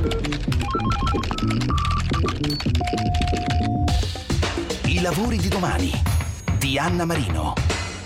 I lavori di domani di Anna Marino.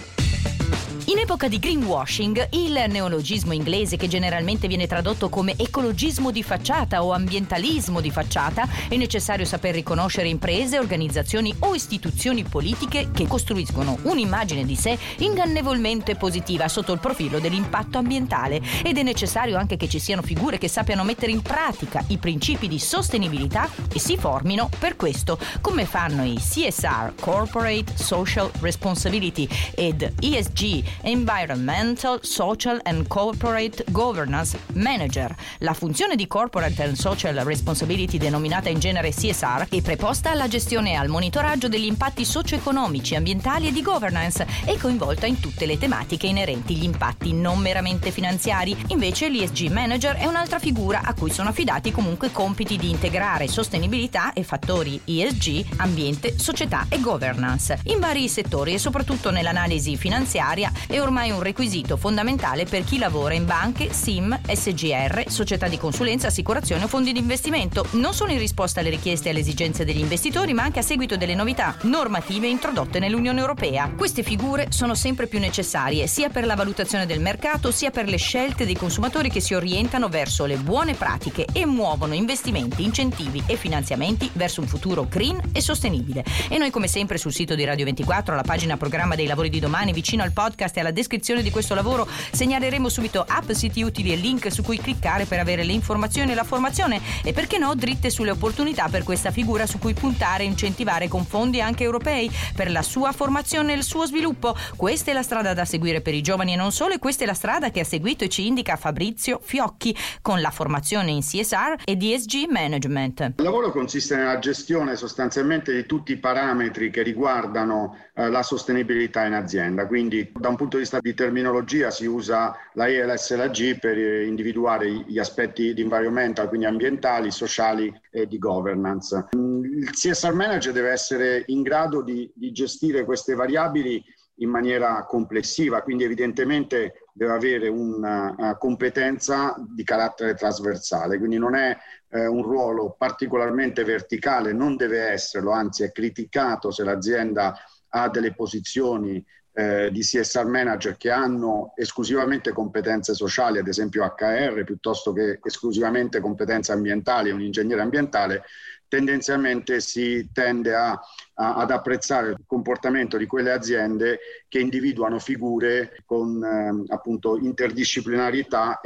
In epoca di greenwashing, il neologismo inglese che generalmente viene tradotto come ecologismo di facciata o ambientalismo di facciata, è necessario saper riconoscere imprese, organizzazioni o istituzioni politiche che costruiscono un'immagine di sé ingannevolmente positiva sotto il profilo dell'impatto ambientale, ed è necessario anche che ci siano figure che sappiano mettere in pratica i principi di sostenibilità e si formino per questo, come fanno i CSR, Corporate Social Responsibility, ed ESG, Environmental, Social and Corporate Governance Manager. La funzione di Corporate and Social Responsibility, denominata in genere CSR, è preposta alla gestione e al monitoraggio degli impatti socio-economici, ambientali e di governance, e coinvolta in tutte le tematiche inerenti agli impatti non meramente finanziari. Invece l'ESG Manager è un'altra figura a cui sono affidati comunque compiti di integrare sostenibilità e fattori ESG, ambiente, società e governance in vari settori, e soprattutto nell'analisi finanziaria è ormai un requisito fondamentale per chi lavora in banche, SIM, SGR, società di consulenza, assicurazione o fondi di investimento, non solo in risposta alle richieste e alle esigenze degli investitori, ma anche a seguito delle novità normative introdotte nell'Unione Europea. Queste figure sono sempre più necessarie, sia per la valutazione del mercato, sia per le scelte dei consumatori che si orientano verso le buone pratiche e muovono investimenti, incentivi e finanziamenti verso un futuro green e sostenibile. E noi, come sempre, sul sito di Radio 24, alla pagina programma dei lavori di domani, vicino al podcast e alla descrizione di questo lavoro, segnaleremo subito app, siti utili e link su cui cliccare per avere le informazioni e la formazione, e perché no, dritte sulle opportunità per questa figura su cui puntare e incentivare con fondi anche europei per la sua formazione e il suo sviluppo. Questa è la strada da seguire per i giovani e non solo, e questa è la strada che ha seguito e ci indica Fabrizio Fiocchi con la formazione in CSR e di ESG Management. Il lavoro consiste nella gestione sostanzialmente di tutti i parametri che riguardano la sostenibilità in azienda, quindi da un punto di vista di terminologia si usa la E, la S e la G per individuare gli aspetti di environmental, quindi ambientali, sociali e di governance. Il CSR Manager deve essere in grado di gestire queste variabili in maniera complessiva, quindi evidentemente deve avere una competenza di carattere trasversale, quindi non è un ruolo particolarmente verticale, non deve esserlo, anzi è criticato se l'azienda ha delle posizioni di CSR Manager che hanno esclusivamente competenze sociali, ad esempio HR, piuttosto che esclusivamente competenze ambientali, un ingegnere ambientale. Tendenzialmente si tende ad apprezzare il comportamento di quelle aziende che individuano figure con appunto interdisciplinarità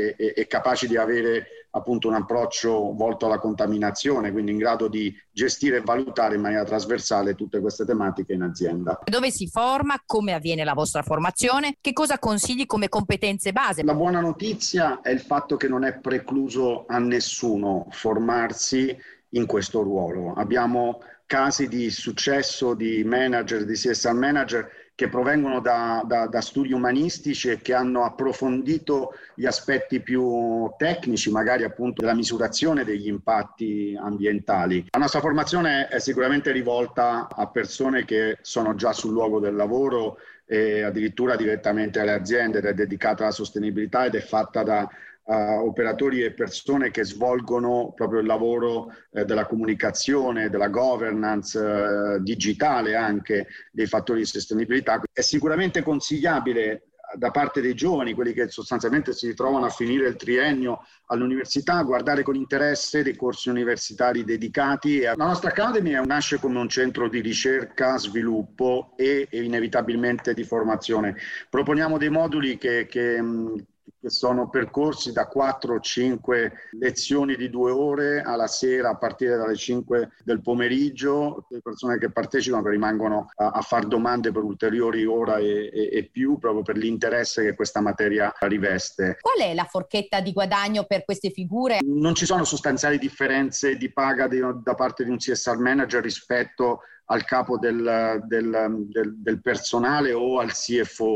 e capaci di avere appunto un approccio volto alla contaminazione, quindi in grado di gestire e valutare in maniera trasversale tutte queste tematiche in azienda. Dove si forma? Come avviene la vostra formazione? Che cosa consigli come competenze base? La buona notizia è il fatto che non è precluso a nessuno formarsi in questo ruolo. Abbiamo casi di successo di manager, di CSR manager che provengono da studi umanistici e che hanno approfondito gli aspetti più tecnici, magari appunto della misurazione degli impatti ambientali. La nostra formazione è sicuramente rivolta a persone che sono già sul luogo del lavoro e addirittura direttamente alle aziende, ed è dedicata alla sostenibilità ed è fatta da operatori e persone che svolgono proprio il lavoro della comunicazione, della governance digitale, anche dei fattori di sostenibilità. È sicuramente consigliabile da parte dei giovani, quelli che sostanzialmente si ritrovano a finire il triennio all'università, guardare con interesse dei corsi universitari dedicati. La nostra Academy nasce come un centro di ricerca, sviluppo e inevitabilmente di formazione. Proponiamo dei moduli che sono percorsi da 4 o 5 lezioni di 2 ore alla sera a partire dalle 5 del pomeriggio. Le persone che partecipano rimangono a far domande per ulteriori ore e più, proprio per l'interesse che questa materia riveste. Qual è la forchetta di guadagno per queste figure? Non ci sono sostanziali differenze di paga da parte di un CSR manager rispetto al capo del personale o al CFO.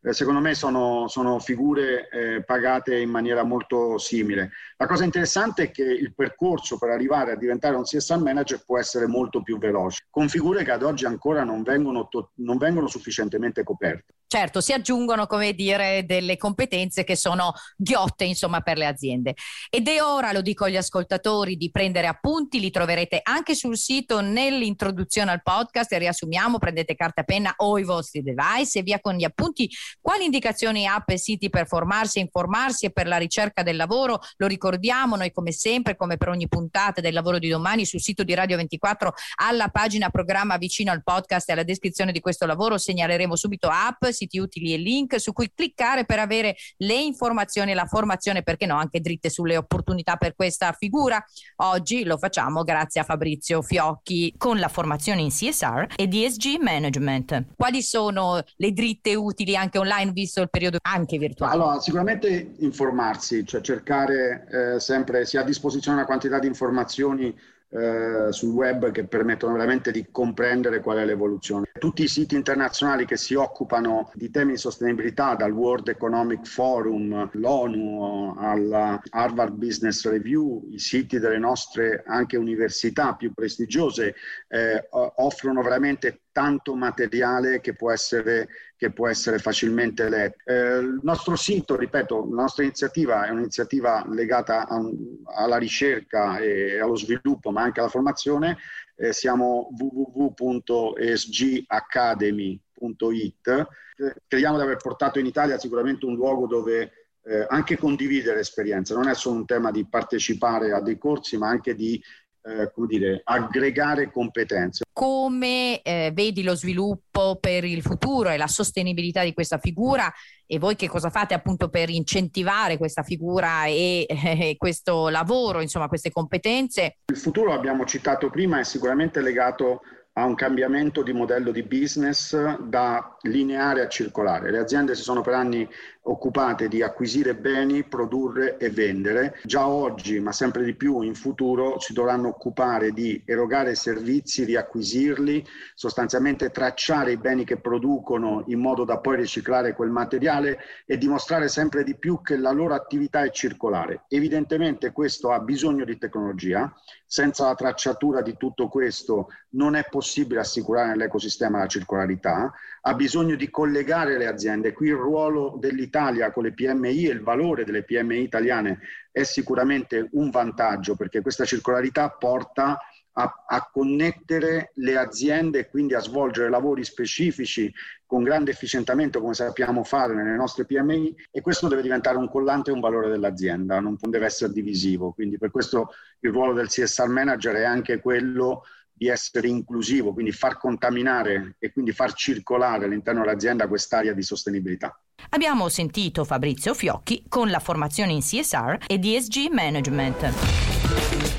secondo me sono figure pagate in maniera molto simile. La cosa interessante è che il percorso per arrivare a diventare un CSR manager può essere molto più veloce, con figure che ad oggi ancora non vengono sufficientemente coperte. Certo, si aggiungono, come dire, delle competenze che sono ghiotte, insomma, per le aziende. Ed è ora, lo dico agli ascoltatori, di prendere appunti, li troverete anche sul sito nell'introduzione al podcast, e riassumiamo, prendete carta e penna o i vostri device e via con gli appunti. Quali indicazioni, app e siti per formarsi e informarsi e per la ricerca del lavoro? Lo ricordiamo, noi come sempre, come per ogni puntata del Lavoro di Domani, sul sito di Radio 24, alla pagina programma vicino al podcast e alla descrizione di questo lavoro segnaleremo subito app, siti utili e link su cui cliccare per avere le informazioni e la formazione, perché no, anche dritte sulle opportunità per questa figura. Oggi lo facciamo grazie a Fabrizio Fiocchi con la formazione in CSR e ESG Management. Quali sono le dritte utili anche online, visto il periodo anche virtuale? Allora, sicuramente informarsi, cioè cercare sempre, si ha a disposizione una quantità di informazioni sul web che permettono veramente di comprendere qual è l'evoluzione. Tutti i siti internazionali che si occupano di temi di sostenibilità, dal World Economic Forum, l'ONU, alla Harvard Business Review, i siti delle nostre anche università più prestigiose offrono veramente tanto materiale che può essere facilmente letto. Il nostro sito, ripeto, la nostra iniziativa è un'iniziativa legata alla ricerca e allo sviluppo, ma anche alla formazione. Siamo www.esgacademy.it. Crediamo di aver portato in Italia sicuramente un luogo dove anche condividere esperienze. Non è solo un tema di partecipare a dei corsi, ma anche di aggregare competenze. Come vedi lo sviluppo per il futuro e la sostenibilità di questa figura, e voi che cosa fate appunto per incentivare questa figura e questo lavoro, insomma queste competenze? Il futuro, abbiamo citato prima, è sicuramente legato a un cambiamento di modello di business da lineare a circolare. Le aziende si sono per anni occupate di acquisire beni, produrre e vendere. Già oggi, ma sempre di più in futuro, si dovranno occupare di erogare servizi, riacquisirli, sostanzialmente tracciare i beni che producono in modo da poi riciclare quel materiale e dimostrare sempre di più che la loro attività è circolare. Evidentemente questo ha bisogno di tecnologia. Senza la tracciatura di tutto questo non è possibile assicurare nell'ecosistema la circolarità. Ha bisogno di collegare le aziende. Qui il ruolo dell'Italia con le PMI e il valore delle PMI italiane è sicuramente un vantaggio, perché questa circolarità porta a connettere le aziende e quindi a svolgere lavori specifici con grande efficientamento, come sappiamo fare nelle nostre PMI, e questo deve diventare un collante e un valore dell'azienda, non deve essere divisivo. Quindi per questo il ruolo del CSR manager è anche quello di essere inclusivo, quindi far contaminare e quindi far circolare all'interno dell'azienda quest'area di sostenibilità. Abbiamo sentito Fabrizio Fiocchi con la formazione in CSR e ESG Management.